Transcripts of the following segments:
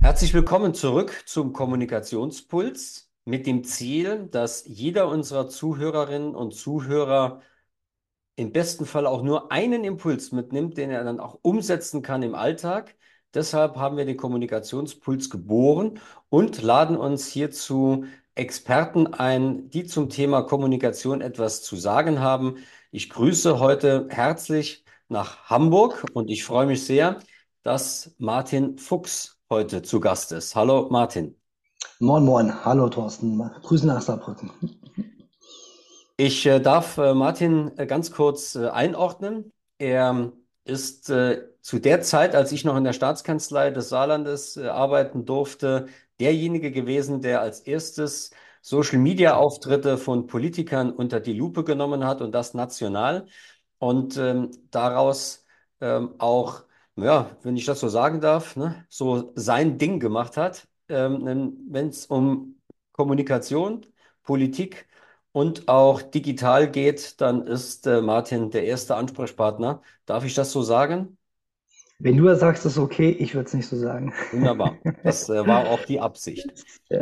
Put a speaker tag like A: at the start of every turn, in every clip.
A: Herzlich willkommen zurück zum Kommunikationspuls mit dem Ziel, dass jeder unserer Zuhörerinnen und Zuhörer im besten Fall auch nur einen Impuls mitnimmt, den er dann auch umsetzen kann im Alltag. Deshalb haben wir den Kommunikationspuls geboren und laden uns hierzu Experten ein, die zum Thema Kommunikation etwas zu sagen haben. Ich grüße heute herzlich nach Hamburg und ich freue mich sehr, dass Martin Fuchs heute zu Gast ist. Hallo Martin.
B: Moin Moin, hallo Thorsten, Grüße nach Saarbrücken.
A: Ich darf Martin ganz kurz einordnen. Er ist zu der Zeit, als ich noch in der Staatskanzlei des Saarlandes arbeiten durfte, derjenige gewesen, der als erstes Social-Media-Auftritte von Politikern unter die Lupe genommen hat und das national und daraus auch, ja, wenn ich das so sagen darf, ne, so sein Ding gemacht hat, wenn es um Kommunikation, Politik und auch digital geht, dann ist Martin der erste Ansprechpartner. Darf ich das so sagen?
B: Wenn du das sagst, ist okay, ich würde es nicht so sagen.
A: Wunderbar. Das war auch die Absicht.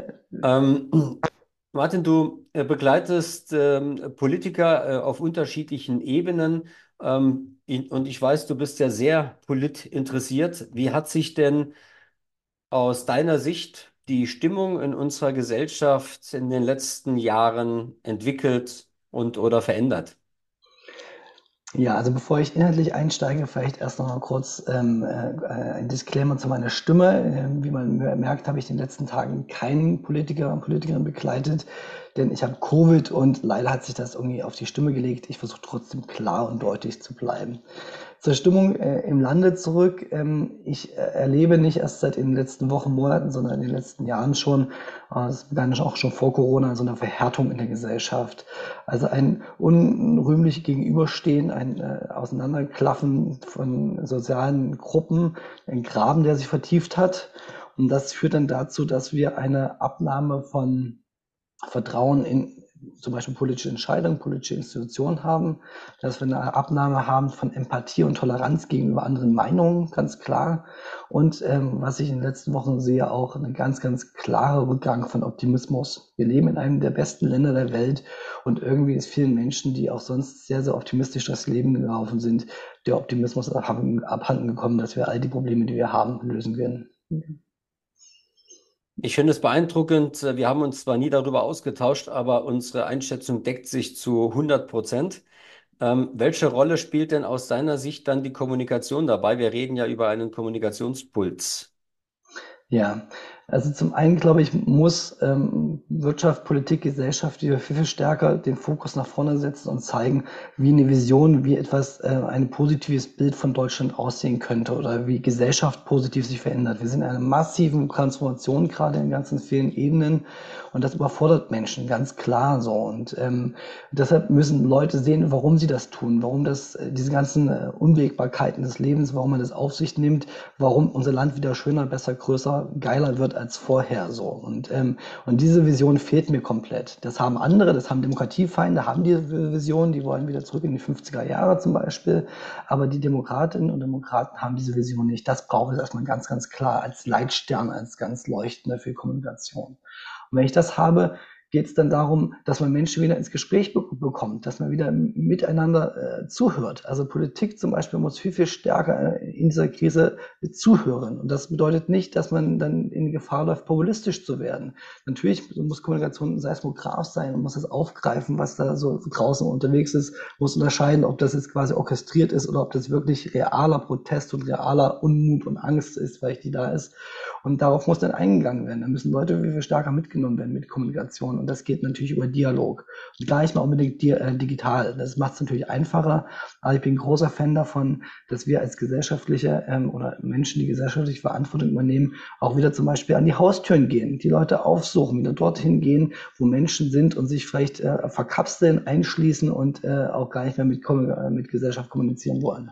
A: Martin, du begleitest Politiker auf unterschiedlichen Ebenen und ich weiß, du bist ja sehr politinteressiert. Wie hat sich denn aus deiner Sicht die Stimmung in unserer Gesellschaft in den letzten Jahren entwickelt und oder verändert?
B: Ja, also bevor ich inhaltlich einsteige, vielleicht erst noch mal kurz ein Disclaimer zu meiner Stimme. Wie man merkt, habe ich in den letzten Tagen keinen Politiker und Politikerin begleitet, denn ich habe Covid und leider hat sich das irgendwie auf die Stimme gelegt. Ich versuche trotzdem klar und deutlich zu bleiben. Zur Stimmung im Lande zurück. Ich erlebe nicht erst seit den letzten Wochen, Monaten, sondern in den letzten Jahren schon, es begann auch schon vor Corona, so eine Verhärtung in der Gesellschaft. Also ein unrühmlich Gegenüberstehen, ein Auseinanderklaffen von sozialen Gruppen, ein Graben, der sich vertieft hat. Und das führt dann dazu, dass wir eine Abnahme von Vertrauen in zum Beispiel politische Entscheidungen, politische Institutionen haben, dass wir eine Abnahme haben von Empathie und Toleranz gegenüber anderen Meinungen, ganz klar. Und was ich in den letzten Wochen sehe, auch ein ganz, ganz klarer Rückgang von Optimismus. Wir leben in einem der besten Länder der Welt und irgendwie ist vielen Menschen, die auch sonst sehr, sehr optimistisch das Leben gelaufen sind, der Optimismus abhanden gekommen, dass wir all die Probleme, die wir haben, lösen werden.
A: Ich finde es beeindruckend. Wir haben uns zwar nie darüber ausgetauscht, aber unsere Einschätzung deckt sich zu 100%. Welche Rolle spielt denn aus deiner Sicht dann die Kommunikation dabei? Wir reden ja über einen Kommunikationspuls.
B: Ja, also zum einen glaube ich, muss Wirtschaft, Politik, Gesellschaft wieder viel, viel stärker den Fokus nach vorne setzen und zeigen, wie eine Vision, wie etwas, ein positives Bild von Deutschland aussehen könnte oder wie Gesellschaft positiv sich verändert. Wir sind in einer massiven Transformation gerade in ganzen vielen Ebenen und das überfordert Menschen ganz klar so. Und deshalb müssen Leute sehen, warum sie das tun, warum das, diese ganzen Unwägbarkeiten des Lebens, warum man das auf sich nimmt, warum unser Land wieder schöner, besser, größer, geiler wird als vorher so. Und diese Vision fehlt mir komplett. Das haben andere, das haben Demokratiefeinde, haben diese Vision, die wollen wieder zurück in die 50er Jahre zum Beispiel. Aber die Demokratinnen und Demokraten haben diese Vision nicht. Das braucht es erstmal ganz, ganz klar als Leitstern, als ganz leuchtender für Kommunikation. Und wenn ich das habe, geht es dann darum, dass man Menschen wieder ins Gespräch bekommt, dass man wieder miteinander zuhört. Also Politik zum Beispiel muss viel, viel stärker in dieser Krise zuhören. Und das bedeutet nicht, dass man dann in Gefahr läuft, populistisch zu werden. Natürlich muss Kommunikation ein Seismograph sein und muss das aufgreifen, was da so draußen unterwegs ist, muss unterscheiden, ob das jetzt quasi orchestriert ist oder ob das wirklich realer Protest und realer Unmut und Angst ist, weil die da ist. Und darauf muss dann eingegangen werden. Da müssen Leute viel, viel stärker mitgenommen werden mit Kommunikation. Und das geht natürlich über Dialog. Und gar nicht mal unbedingt digital. Das macht es natürlich einfacher. Aber ich bin ein großer Fan davon, dass wir als gesellschaftliche oder Menschen, die gesellschaftliche Verantwortung übernehmen, auch wieder zum Beispiel an die Haustüren gehen, die Leute aufsuchen, wieder dorthin gehen, wo Menschen sind und sich vielleicht verkapseln, einschließen und auch gar nicht mehr mit Gesellschaft kommunizieren wollen.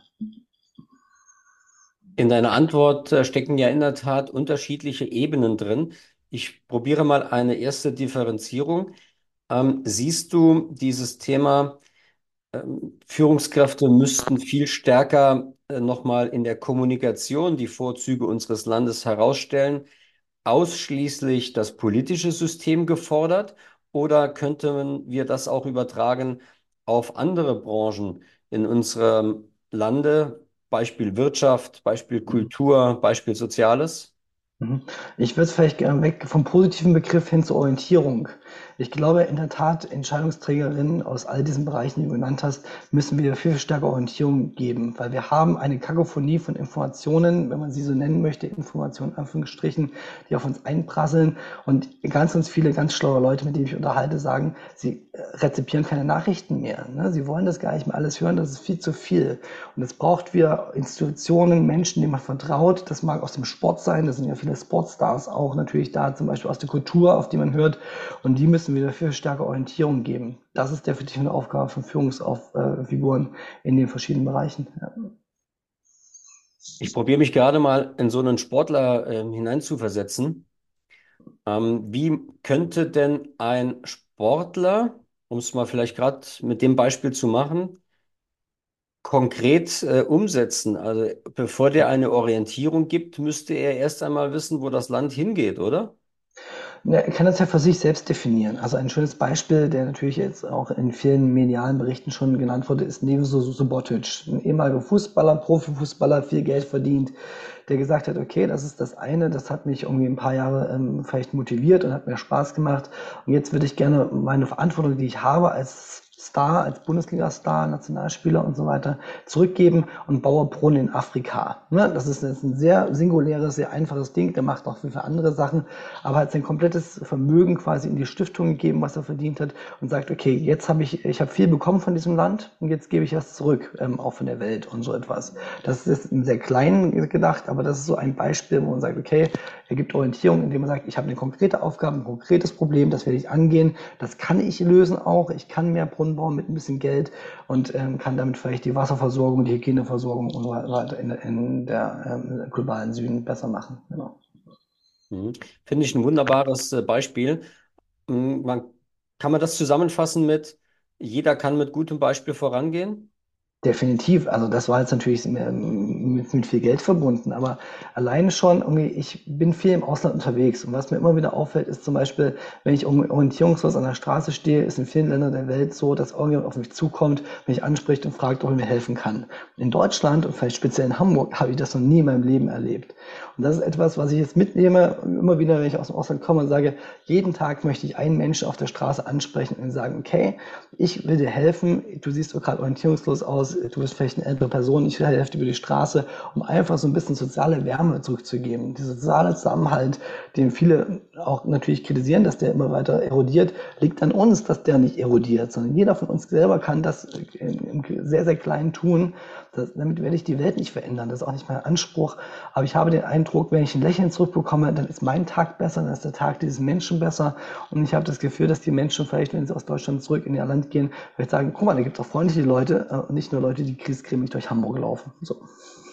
A: In deiner Antwort stecken ja in der Tat unterschiedliche Ebenen drin. Ich probiere mal eine erste Differenzierung. Siehst du dieses Thema, Führungskräfte müssten viel stärker nochmal in der Kommunikation die Vorzüge unseres Landes herausstellen, ausschließlich das politische System gefordert oder könnten wir das auch übertragen auf andere Branchen in unserem Lande? Beispiel Wirtschaft, Beispiel Kultur, Beispiel Soziales.
B: Mhm. Ich würde vielleicht gerne weg vom positiven Begriff hin zur Orientierung. Ich glaube in der Tat, Entscheidungsträgerinnen aus all diesen Bereichen, die du genannt hast, müssen wir viel stärker Orientierung geben, weil wir haben eine Kakophonie von Informationen, wenn man sie so nennen möchte, Informationen in Anführungsstrichen, die auf uns einprasseln und ganz viele ganz schlaue Leute, mit denen ich unterhalte, sagen, sie rezipieren keine Nachrichten mehr. Ne? Sie wollen das gar nicht mehr alles hören, das ist viel zu viel. Und es braucht wieder Institutionen, Menschen, denen man vertraut. Das mag aus dem Sport sein, das sind ja viele Sportstars auch natürlich da, zum Beispiel aus der Kultur, auf die man hört. Und die müssen wieder viel stärker Orientierung geben. Das ist definitiv eine Aufgabe von Führungsfiguren in den verschiedenen Bereichen. Ja.
A: Ich probiere mich gerade mal in so einen Sportler hineinzuversetzen. Wie könnte denn ein Sportler, um es mal vielleicht gerade mit dem Beispiel zu machen, konkret umsetzen? Also bevor der eine Orientierung gibt, müsste er erst einmal wissen, wo das Land hingeht, oder?
B: Ja, er kann das ja für sich selbst definieren. Also ein schönes Beispiel, der natürlich jetzt auch in vielen medialen Berichten schon genannt wurde, ist Neven Subotic, ein ehemaliger Fußballer, Profifußballer, viel Geld verdient, der gesagt hat, okay, das ist das eine, das hat mich irgendwie ein paar Jahre vielleicht motiviert und hat mir Spaß gemacht. Und jetzt würde ich gerne meine Verantwortung, die ich habe als Star, als Bundesliga-Star, Nationalspieler und so weiter, zurückgeben und baue Brunnen in Afrika. Ne? Das ist jetzt ein sehr singuläres, sehr einfaches Ding. Der macht auch viele andere Sachen, aber hat sein komplettes Vermögen quasi in die Stiftung gegeben, was er verdient hat und sagt, okay, jetzt ich habe viel bekommen von diesem Land und jetzt gebe ich was zurück, auch von der Welt und so etwas. Das ist im sehr kleinen gedacht, aber das ist so ein Beispiel, wo man sagt, okay, er gibt Orientierung, indem man sagt, ich habe eine konkrete Aufgabe, ein konkretes Problem, das werde ich angehen, das kann ich lösen auch, ich kann mehr Brunnen bauen mit ein bisschen Geld und kann damit vielleicht die Wasserversorgung, die Hygieneversorgung und so weiter in der globalen Süden besser machen. Genau.
A: Mhm. Finde ich ein wunderbares Beispiel. Man, kann man das zusammenfassen mit, jeder kann mit gutem Beispiel vorangehen?
B: Definitiv. Also das war jetzt natürlich mit viel Geld verbunden, aber alleine schon, irgendwie, ich bin viel im Ausland unterwegs und was mir immer wieder auffällt, ist zum Beispiel, wenn ich orientierungslos an der Straße stehe, ist in vielen Ländern der Welt so, dass irgendjemand auf mich zukommt, mich anspricht und fragt, ob er mir helfen kann. In Deutschland und vielleicht speziell in Hamburg habe ich das noch nie in meinem Leben erlebt. Und das ist etwas, was ich jetzt mitnehme, immer wieder, wenn ich aus dem Ausland komme und sage, jeden Tag möchte ich einen Menschen auf der Straße ansprechen und sagen, okay, ich will dir helfen, du siehst doch gerade orientierungslos aus, du bist vielleicht eine ältere Person, ich helfe dir über die Straße, um einfach so ein bisschen soziale Wärme zurückzugeben. Dieser soziale Zusammenhalt, den viele auch natürlich kritisieren, dass der immer weiter erodiert, liegt an uns, dass der nicht erodiert, sondern jeder von uns selber kann das im sehr, sehr kleinen tun. Damit werde ich die Welt nicht verändern, das ist auch nicht mein Anspruch, aber ich habe den Eindruck, wenn ich ein Lächeln zurückbekomme, dann ist mein Tag besser, dann ist der Tag dieses Menschen besser und ich habe das Gefühl, dass die Menschen vielleicht, wenn sie aus Deutschland zurück in ihr Land gehen, vielleicht sagen, guck mal, da gibt es auch freundliche Leute und nicht nur Leute, die kriegskriemig durch Hamburg laufen. So.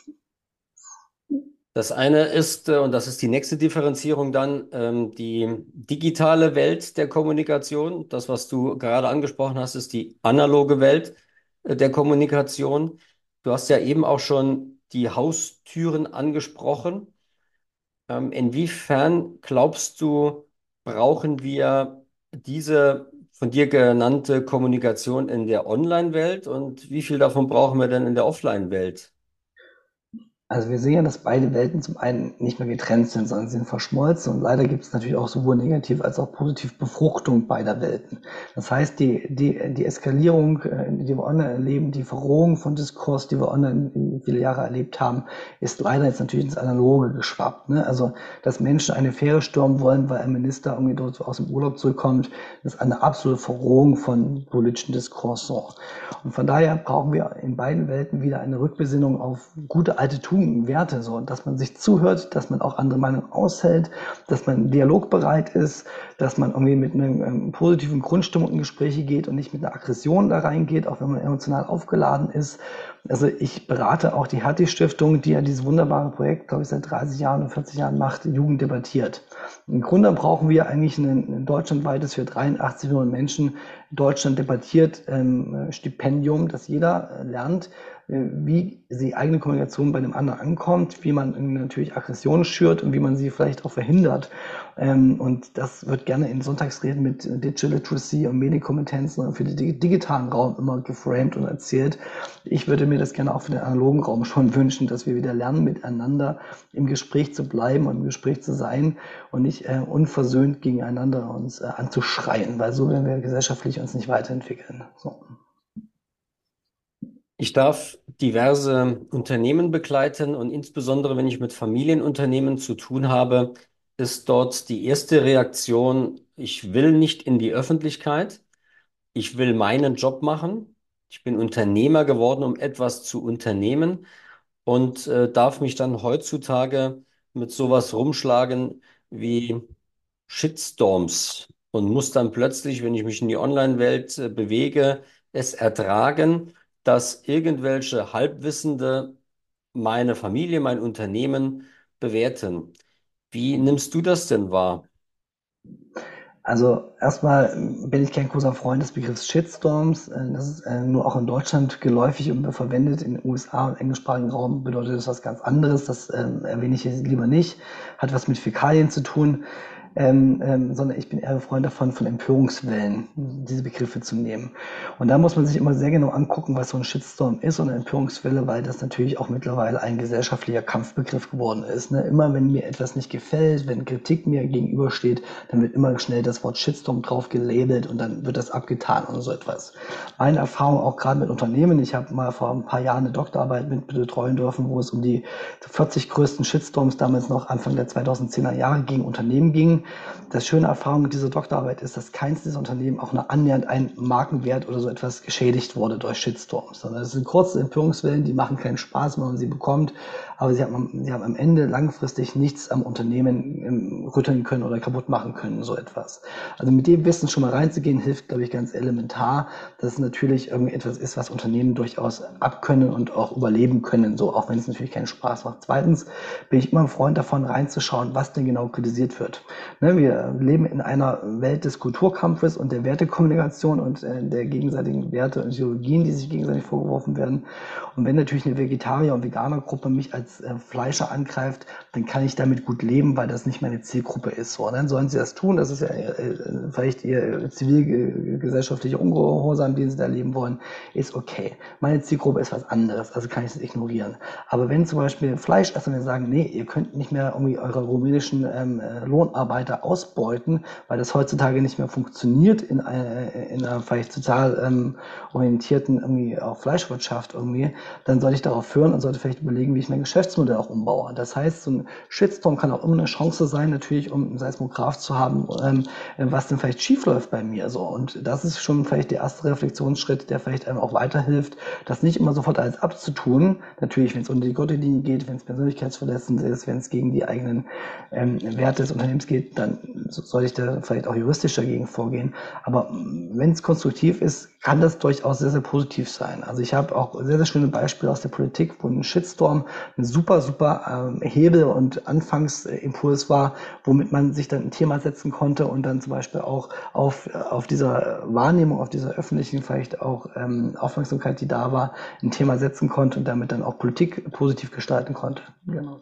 A: Das eine ist, und das ist die nächste Differenzierung dann, die digitale Welt der Kommunikation. Das, was du gerade angesprochen hast, ist die analoge Welt der Kommunikation. Du hast ja eben auch schon die Haustüren angesprochen. Inwiefern glaubst du, brauchen wir diese von dir genannte Kommunikation in der Online-Welt und wie viel davon brauchen wir denn in der Offline-Welt?
B: Also wir sehen ja, dass beide Welten zum einen nicht mehr getrennt sind, sondern sie sind verschmolzen und leider gibt es natürlich auch sowohl negativ als auch positiv Befruchtung beider Welten. Das heißt, die Eskalierung, die wir online erleben, die Verrohung von Diskurs, die wir online in viele Jahre erlebt haben, ist leider jetzt natürlich ins Analoge geschwappt. Ne? Also, dass Menschen eine Fähre stürmen wollen, weil ein Minister irgendwie dort aus dem Urlaub zurückkommt, ist eine absolute Verrohung von politischen Diskurs. So. Und von daher brauchen wir in beiden Welten wieder eine Rückbesinnung auf gute alte Tugenden, Werte, so, dass man sich zuhört, dass man auch andere Meinungen aushält, dass man dialogbereit ist, dass man irgendwie mit einer positiven Grundstimmung in Gespräche geht und nicht mit einer Aggression da reingeht, auch wenn man emotional aufgeladen ist. Also ich berate auch die Hertie-Stiftung, die ja dieses wunderbare Projekt, glaube ich, seit 30 Jahren oder 40 Jahren macht, Jugend debattiert. Im Grunde brauchen wir eigentlich ein deutschlandweites für 83 Millionen Menschen Deutschland debattiert Stipendium, dass jeder lernt, wie die eigene Kommunikation bei dem anderen ankommt, wie man natürlich Aggressionen schürt und wie man sie vielleicht auch verhindert. Und das wird gerne in Sonntagsreden mit Digital Literacy und Medienkompetenzen für den digitalen Raum immer geframed und erzählt. Ich würde mir das gerne auch für den analogen Raum schon wünschen, dass wir wieder lernen, miteinander im Gespräch zu bleiben und im Gespräch zu sein und nicht unversöhnt gegeneinander uns anzuschreien, weil so werden wir gesellschaftlich uns nicht weiterentwickeln. So.
A: Ich darf diverse Unternehmen begleiten und insbesondere wenn ich mit Familienunternehmen zu tun habe, ist dort die erste Reaktion, ich will nicht in die Öffentlichkeit, ich will meinen Job machen. Ich bin Unternehmer geworden, um etwas zu unternehmen und darf mich dann heutzutage mit sowas rumschlagen wie Shitstorms und muss dann plötzlich, wenn ich mich in die Online-Welt bewege, es ertragen, dass irgendwelche Halbwissende meine Familie, mein Unternehmen bewerten. Wie nimmst du das denn wahr?
B: Also erstmal bin ich kein großer Freund des Begriffs Shitstorms. Das ist nur auch in Deutschland geläufig und verwendet. In den USA und englischsprachigen Raum bedeutet das was ganz anderes. Das erwähne ich jetzt lieber nicht. Hat was mit Fäkalien zu tun. Sondern ich bin eher ein Freund davon, von Empörungswellen diese Begriffe zu nehmen. Und da muss man sich immer sehr genau angucken, was so ein Shitstorm ist und eine Empörungswelle, weil das natürlich auch mittlerweile ein gesellschaftlicher Kampfbegriff geworden ist. Ne? Immer wenn mir etwas nicht gefällt, wenn Kritik mir gegenübersteht, dann wird immer schnell das Wort Shitstorm drauf gelabelt und dann wird das abgetan und so etwas. Meine Erfahrung auch gerade mit Unternehmen, ich habe mal vor ein paar Jahren eine Doktorarbeit mit betreuen dürfen, wo es um die 40 größten Shitstorms damals noch Anfang der 2010er Jahre gegen Unternehmen ging. Das schöne Erfahrung mit dieser Doktorarbeit ist, dass keins dieser Unternehmen auch nur annähernd ein Markenwert oder so etwas geschädigt wurde durch Shitstorms, sondern es sind kurze Empörungswellen, die machen keinen Spaß, wenn man sie bekommt, aber sie haben am Ende langfristig nichts am Unternehmen rütteln können oder kaputt machen können, so etwas. Also mit dem Wissen schon mal reinzugehen, hilft, glaube ich, ganz elementar, dass es natürlich irgendwie etwas ist, was Unternehmen durchaus abkönnen und auch überleben können, so auch wenn es natürlich keinen Spaß macht. Zweitens bin ich immer ein Freund davon, reinzuschauen, was denn genau kritisiert wird. Ne, wir leben in einer Welt des Kulturkampfes und der Wertekommunikation und der gegenseitigen Werte und Ideologien, die sich gegenseitig vorgeworfen werden. Und wenn natürlich eine Vegetarier- und Veganergruppe mich als Fleischer angreift, dann kann ich damit gut leben, weil das nicht meine Zielgruppe ist. So, und dann sollen sie das tun. Das ist ja vielleicht ihr zivilgesellschaftlicher Ungehorsam, den sie da leben wollen, ist okay. Meine Zielgruppe ist was anderes, also kann ich es ignorieren. Aber wenn zum Beispiel Fleischesser mir sagen, nee, ihr könnt nicht mehr irgendwie eure rumänischen Lohnarbeiter ausbeuten, weil das heutzutage nicht mehr funktioniert in einer vielleicht sozial orientierten irgendwie auch Fleischwirtschaft irgendwie, dann sollte ich darauf hören und sollte vielleicht überlegen, wie ich mein Geschäftsmodell auch umbaue. Das heißt, so ein Shitstorm kann auch immer eine Chance sein, natürlich, um einen Seismograph zu haben, was denn vielleicht schiefläuft bei mir. So. Und das ist schon vielleicht der erste Reflexionsschritt, der vielleicht einem auch weiterhilft, das nicht immer sofort alles abzutun. Natürlich, wenn es unter die Gürtellinie geht, wenn es persönlichkeitsverletzend ist, wenn es gegen die eigenen Werte des Unternehmens geht, dann soll ich da vielleicht auch juristisch dagegen vorgehen. Aber wenn es konstruktiv ist, kann das durchaus sehr, sehr positiv sein. Also ich habe auch sehr, sehr schöne Beispiele aus der Politik, wo ein Shitstorm ein super, super Hebel und Anfangsimpuls war, womit man sich dann ein Thema setzen konnte und dann zum Beispiel auch auf dieser Wahrnehmung, auf dieser öffentlichen vielleicht auch Aufmerksamkeit, die da war, ein Thema setzen konnte und damit dann auch Politik positiv gestalten konnte. Genau.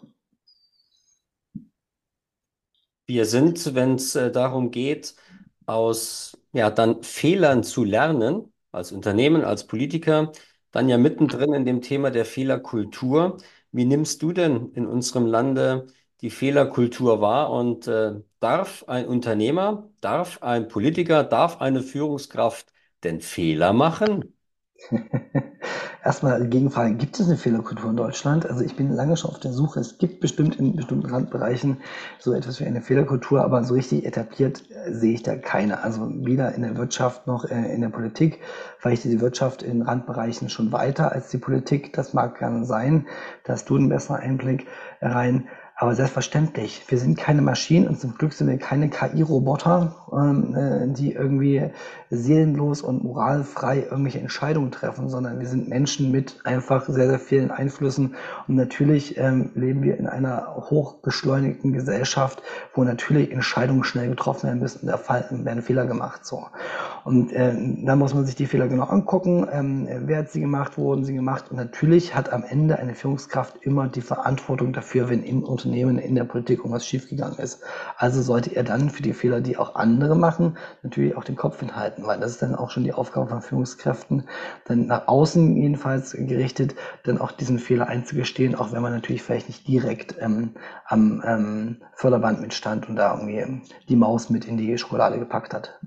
A: Wir sind, wenn es darum geht, aus ja dann Fehlern zu lernen, als Unternehmen, als Politiker, dann ja mittendrin in dem Thema der Fehlerkultur. Wie nimmst du denn in unserem Lande die Fehlerkultur wahr? Und darf ein Unternehmer, darf ein Politiker, darf eine Führungskraft denn Fehler machen?
B: Erstmal Gegenfrage, gibt es eine Fehlerkultur in Deutschland? Also ich bin lange schon auf der Suche. Es gibt bestimmt in bestimmten Randbereichen so etwas wie eine Fehlerkultur, aber so richtig etabliert sehe ich da keine. Also weder in der Wirtschaft noch in der Politik. Vielleicht ist die Wirtschaft in Randbereichen schon weiter als die Politik. Das mag gerne sein. Da hast du einen besseren Einblick rein. Aber selbstverständlich, wir sind keine Maschinen und zum Glück sind wir keine KI-Roboter, die irgendwie seelenlos und moralfrei irgendwelche Entscheidungen treffen, sondern wir sind Menschen mit einfach sehr, sehr vielen Einflüssen. Und natürlich leben wir in einer hochbeschleunigten Gesellschaft, wo natürlich Entscheidungen schnell getroffen werden müssen. Da werden Fehler gemacht. So. Und dann muss man sich die Fehler genau angucken. Wer hat sie gemacht, wo wurden sie gemacht? Und natürlich hat am Ende eine Führungskraft immer die Verantwortung dafür, wenn im Unternehmen, in der Politik irgendwas schiefgegangen ist. Also sollte er dann für die Fehler, die auch andere machen, natürlich auch den Kopf hinhalten, weil das ist dann auch schon die Aufgabe von Führungskräften, dann nach außen jedenfalls gerichtet, dann auch diesen Fehler einzugestehen, auch wenn man natürlich vielleicht nicht direkt am Förderband mitstand und da irgendwie die Maus mit in die Schokolade gepackt hat.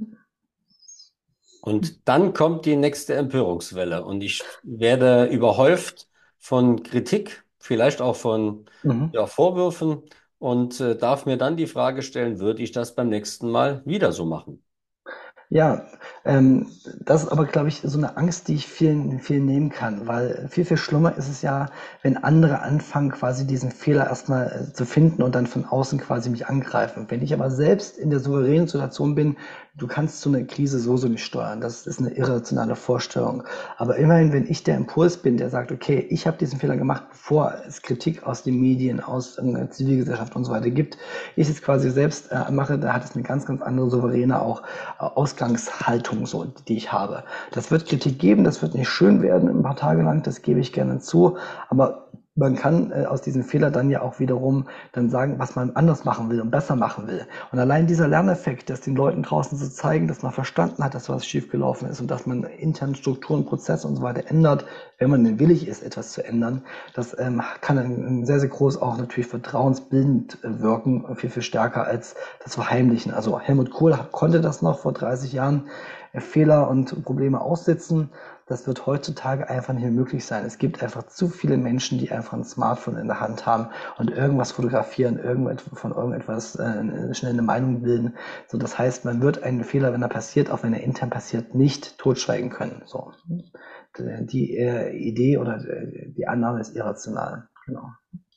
A: Und dann kommt die nächste Empörungswelle und ich werde überhäuft von Kritik, vielleicht auch von
B: Mhm.
A: ja, Vorwürfen und darf mir dann die Frage stellen, würde ich das beim nächsten Mal wieder so machen?
B: Ja, ähm, das ist aber, glaube ich, so eine Angst, die ich vielen nehmen kann, weil viel, viel schlimmer ist es ja, wenn andere anfangen, quasi diesen Fehler erstmal zu finden und dann von außen quasi mich angreifen. Wenn ich aber selbst in der souveränen Situation bin, du kannst so eine Krise so nicht steuern, das ist eine irrationale Vorstellung. Aber immerhin, wenn ich der Impuls bin, der sagt, okay, ich habe diesen Fehler gemacht, bevor es Kritik aus den Medien, aus der Zivilgesellschaft und so weiter gibt, ich es quasi selbst mache, da hat es eine ganz, ganz andere souveräne auch Ausgangshaltung, so, die ich habe. Das wird Kritik geben, das wird nicht schön werden ein paar Tage lang, das gebe ich gerne zu, aber man kann aus diesem Fehler dann ja auch wiederum dann sagen, was man anders machen will und besser machen will. Und allein dieser Lerneffekt, das den Leuten draußen zu zeigen, dass man verstanden hat, dass was schiefgelaufen ist und dass man interne Strukturen, Prozesse und so weiter ändert, wenn man denn willig ist, etwas zu ändern, das kann dann sehr, sehr groß auch natürlich vertrauensbildend wirken, viel, viel stärker als das Verheimlichen. Also Helmut Kohl konnte das noch vor 30 Jahren, Fehler und Probleme aussitzen. Das wird heutzutage einfach nicht mehr möglich sein. Es gibt einfach zu viele Menschen, die einfach ein Smartphone in der Hand haben und irgendwas fotografieren, von irgendetwas schnell eine Meinung bilden. So, das heißt, man wird einen Fehler, wenn er passiert, auch wenn er intern passiert, nicht totschweigen können. So, die Idee oder die Annahme ist irrational. Genau.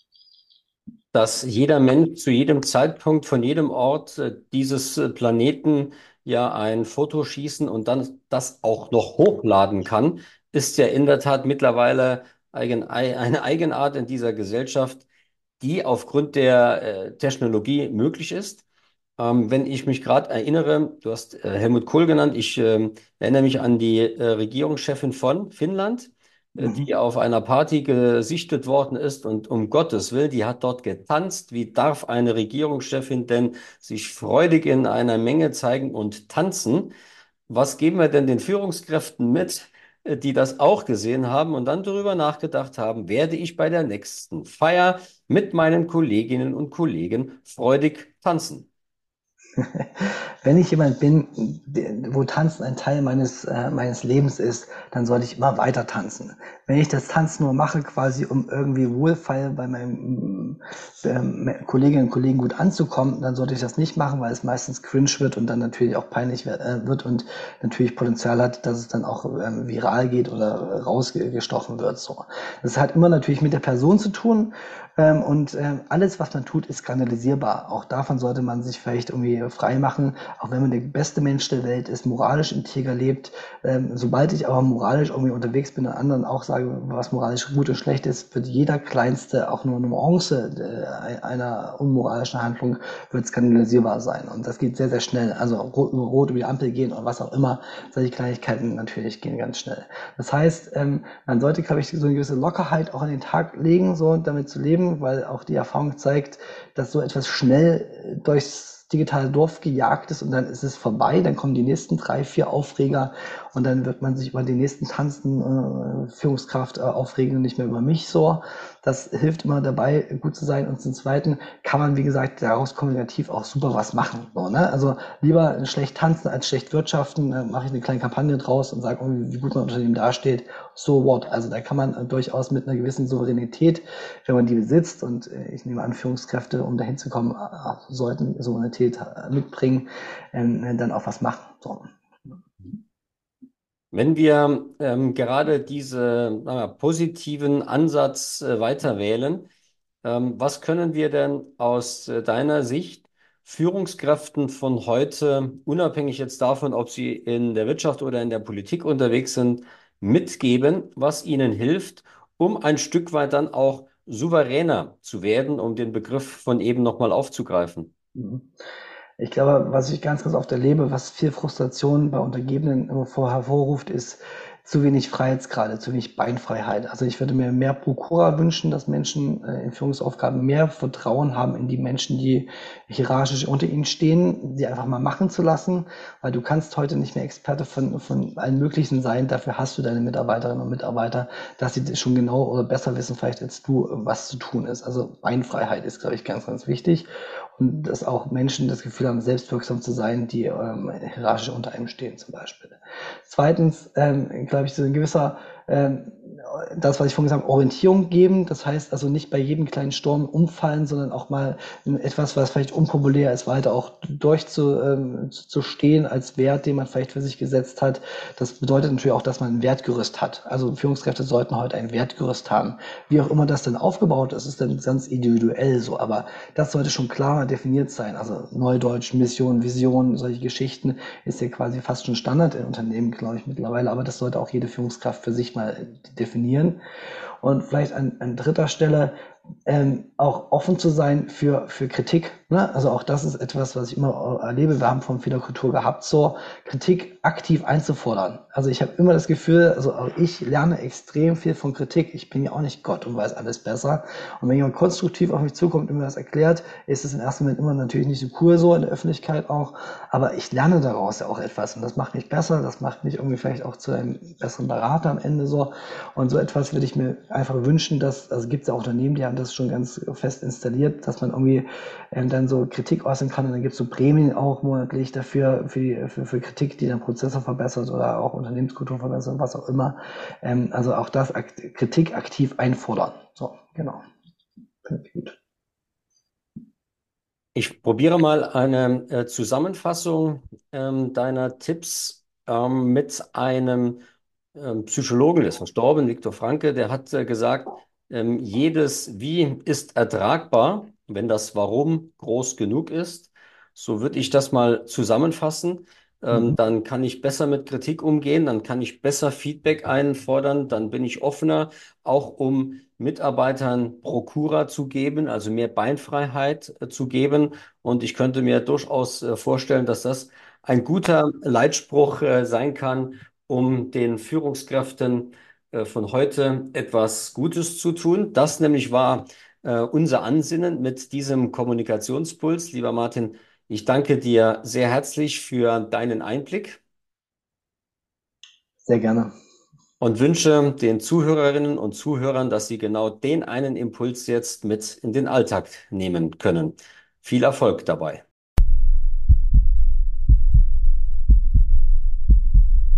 A: Dass jeder Mensch zu jedem Zeitpunkt von jedem Ort dieses Planeten ja ein Foto schießen und dann das auch noch hochladen kann, ist ja in der Tat mittlerweile eine Eigenart in dieser Gesellschaft, die aufgrund der Technologie möglich ist. Wenn ich mich gerade erinnere, du hast Helmut Kohl genannt, ich erinnere mich an die Regierungschefin von Finnland, die
B: Mhm.
A: auf einer Party gesichtet worden ist und um Gottes Willen, die hat dort getanzt. Wie darf eine Regierungschefin denn sich freudig in einer Menge zeigen und tanzen? Was geben wir denn den Führungskräften mit, die das auch gesehen haben und dann darüber nachgedacht haben, werde ich bei der nächsten Feier mit meinen Kolleginnen und Kollegen freudig tanzen?
B: Wenn ich jemand bin, wo Tanzen ein Teil meines Lebens ist, dann sollte ich immer weiter tanzen. Wenn ich das Tanzen nur mache, quasi um irgendwie wohlfeil bei meinen Kolleginnen und Kollegen gut anzukommen, dann sollte ich das nicht machen, weil es meistens cringe wird und dann natürlich auch peinlich wird und natürlich Potenzial hat, dass es dann auch viral geht oder rausgestochen wird. So. Das hat immer natürlich mit der Person zu tun. Und alles, was man tut, ist kanalisierbar. Auch davon sollte man sich vielleicht irgendwie frei machen, auch wenn man der beste Mensch der Welt ist, moralisch integer lebt. Sobald ich aber moralisch irgendwie unterwegs bin und anderen auch sage, was moralisch gut und schlecht ist, wird jeder kleinste, auch nur eine Nuance einer unmoralischen Handlung, wird es kanalisierbar sein. Und das geht sehr, sehr schnell. Also rot über die Ampel gehen oder was auch immer, solche Kleinigkeiten natürlich gehen ganz schnell. Das heißt, man sollte, glaube ich, so eine gewisse Lockerheit auch an den Tag legen, so damit zu leben, weil auch die Erfahrung zeigt, dass so etwas schnell durchs digitale Dorf gejagt ist und dann ist es vorbei, dann kommen die nächsten drei, vier Aufreger und dann wird man sich über den nächsten tanzenden Führungskraft aufregen und nicht mehr über mich so. Das hilft immer dabei, gut zu sein. Und zum Zweiten kann man, wie gesagt, daraus kommunikativ auch super was machen. So, ne? Also lieber schlecht tanzen als schlecht wirtschaften. Dann mache ich eine kleine Kampagne draus und sage, wie gut mein Unternehmen dasteht. So what? Also da kann man durchaus mit einer gewissen Souveränität, wenn man die besitzt, und ich nehme an, Führungskräfte, um dahin zu kommen, sollten Souveränität mitbringen, dann auch was machen. So.
A: Wenn wir gerade diese sagen wir, positiven Ansatz weiter wählen, Was können wir denn aus deiner Sicht Führungskräften von heute, unabhängig jetzt davon, ob sie in der Wirtschaft oder in der Politik unterwegs sind, mitgeben, was ihnen hilft, um ein Stück weit dann auch souveräner zu werden, um den Begriff von eben nochmal aufzugreifen?
B: Mhm. Ich glaube, was ich ganz, ganz oft erlebe, was viel Frustration bei Untergebenen immer hervorruft, ist zu wenig Freiheitsgrade, zu wenig Beinfreiheit. Also ich würde mir mehr Prokura wünschen, dass Menschen in Führungsaufgaben mehr Vertrauen haben in die Menschen, die hierarchisch unter ihnen stehen, sie einfach mal machen zu lassen, weil du kannst heute nicht mehr Experte von allen möglichen sein. Dafür hast du deine Mitarbeiterinnen und Mitarbeiter, dass sie das schon genau oder besser wissen vielleicht als du, was zu tun ist. Also Beinfreiheit ist, glaube ich, ganz, ganz wichtig. Und dass auch Menschen das Gefühl haben, selbstwirksam zu sein, die hierarchisch unter einem stehen zum Beispiel. Zweitens, glaube ich, so ein gewisser, das, was ich vorhin gesagt habe, Orientierung geben. Das heißt also nicht bei jedem kleinen Sturm umfallen, sondern auch mal etwas, was vielleicht unpopulär ist, weiter auch zu stehen als Wert, den man vielleicht für sich gesetzt hat. Das bedeutet natürlich auch, dass man ein Wertgerüst hat. Also Führungskräfte sollten heute ein Wertgerüst haben. Wie auch immer das dann aufgebaut ist, ist dann ganz individuell so. Aber das sollte schon klarer definiert sein. Also Neudeutsch, Mission, Vision, solche Geschichten ist ja quasi fast schon Standard in Unternehmen, glaube ich, mittlerweile. Aber das sollte auch jede Führungskraft für sich mal definieren. Und vielleicht an dritter Stelle auch offen zu sein für Kritik. Ne? Also auch das ist etwas, was ich immer erlebe. Wir haben von Fehlerkultur gehabt, so Kritik aktiv einzufordern. Also ich habe immer das Gefühl, also auch ich lerne extrem viel von Kritik. Ich bin ja auch nicht Gott und weiß alles besser. Und wenn jemand konstruktiv auf mich zukommt und mir das erklärt, ist es im ersten Moment immer natürlich nicht so cool so in der Öffentlichkeit auch. Aber ich lerne daraus ja auch etwas und das macht mich besser. Das macht mich irgendwie vielleicht auch zu einem besseren Berater am Ende so. Und so etwas würde ich mir einfach wünschen, dass, also gibt es ja auch Unternehmen, die haben das schon ganz fest installiert, dass man irgendwie dann so Kritik äußern kann und dann gibt es so Prämien auch monatlich dafür, für Kritik, die dann Prozesse verbessert oder auch Unternehmenskultur verbessert, was auch immer. Also auch das, Kritik aktiv einfordern. So, genau. Finde ich gut.
A: Ich probiere mal eine Zusammenfassung deiner Tipps mit einem Psychologen, der ist verstorben, Viktor Frankl, der hat gesagt, jedes Wie ist ertragbar, wenn das Warum groß genug ist. So würde ich das mal zusammenfassen.
B: Mhm.
A: Dann kann ich besser mit Kritik umgehen, dann kann ich besser Feedback einfordern, dann bin ich offener, auch um Mitarbeitern Prokura zu geben, also mehr Beinfreiheit zu geben. Und ich könnte mir durchaus vorstellen, dass das ein guter Leitspruch sein kann, um den Führungskräften von heute etwas Gutes zu tun. Das nämlich war unser Ansinnen mit diesem Kommunikationspuls. Lieber Martin, ich danke dir sehr herzlich für deinen Einblick
B: Sehr gerne.
A: und wünsche den Zuhörerinnen und Zuhörern, dass sie genau den einen Impuls jetzt mit in den Alltag nehmen können. Viel Erfolg dabei.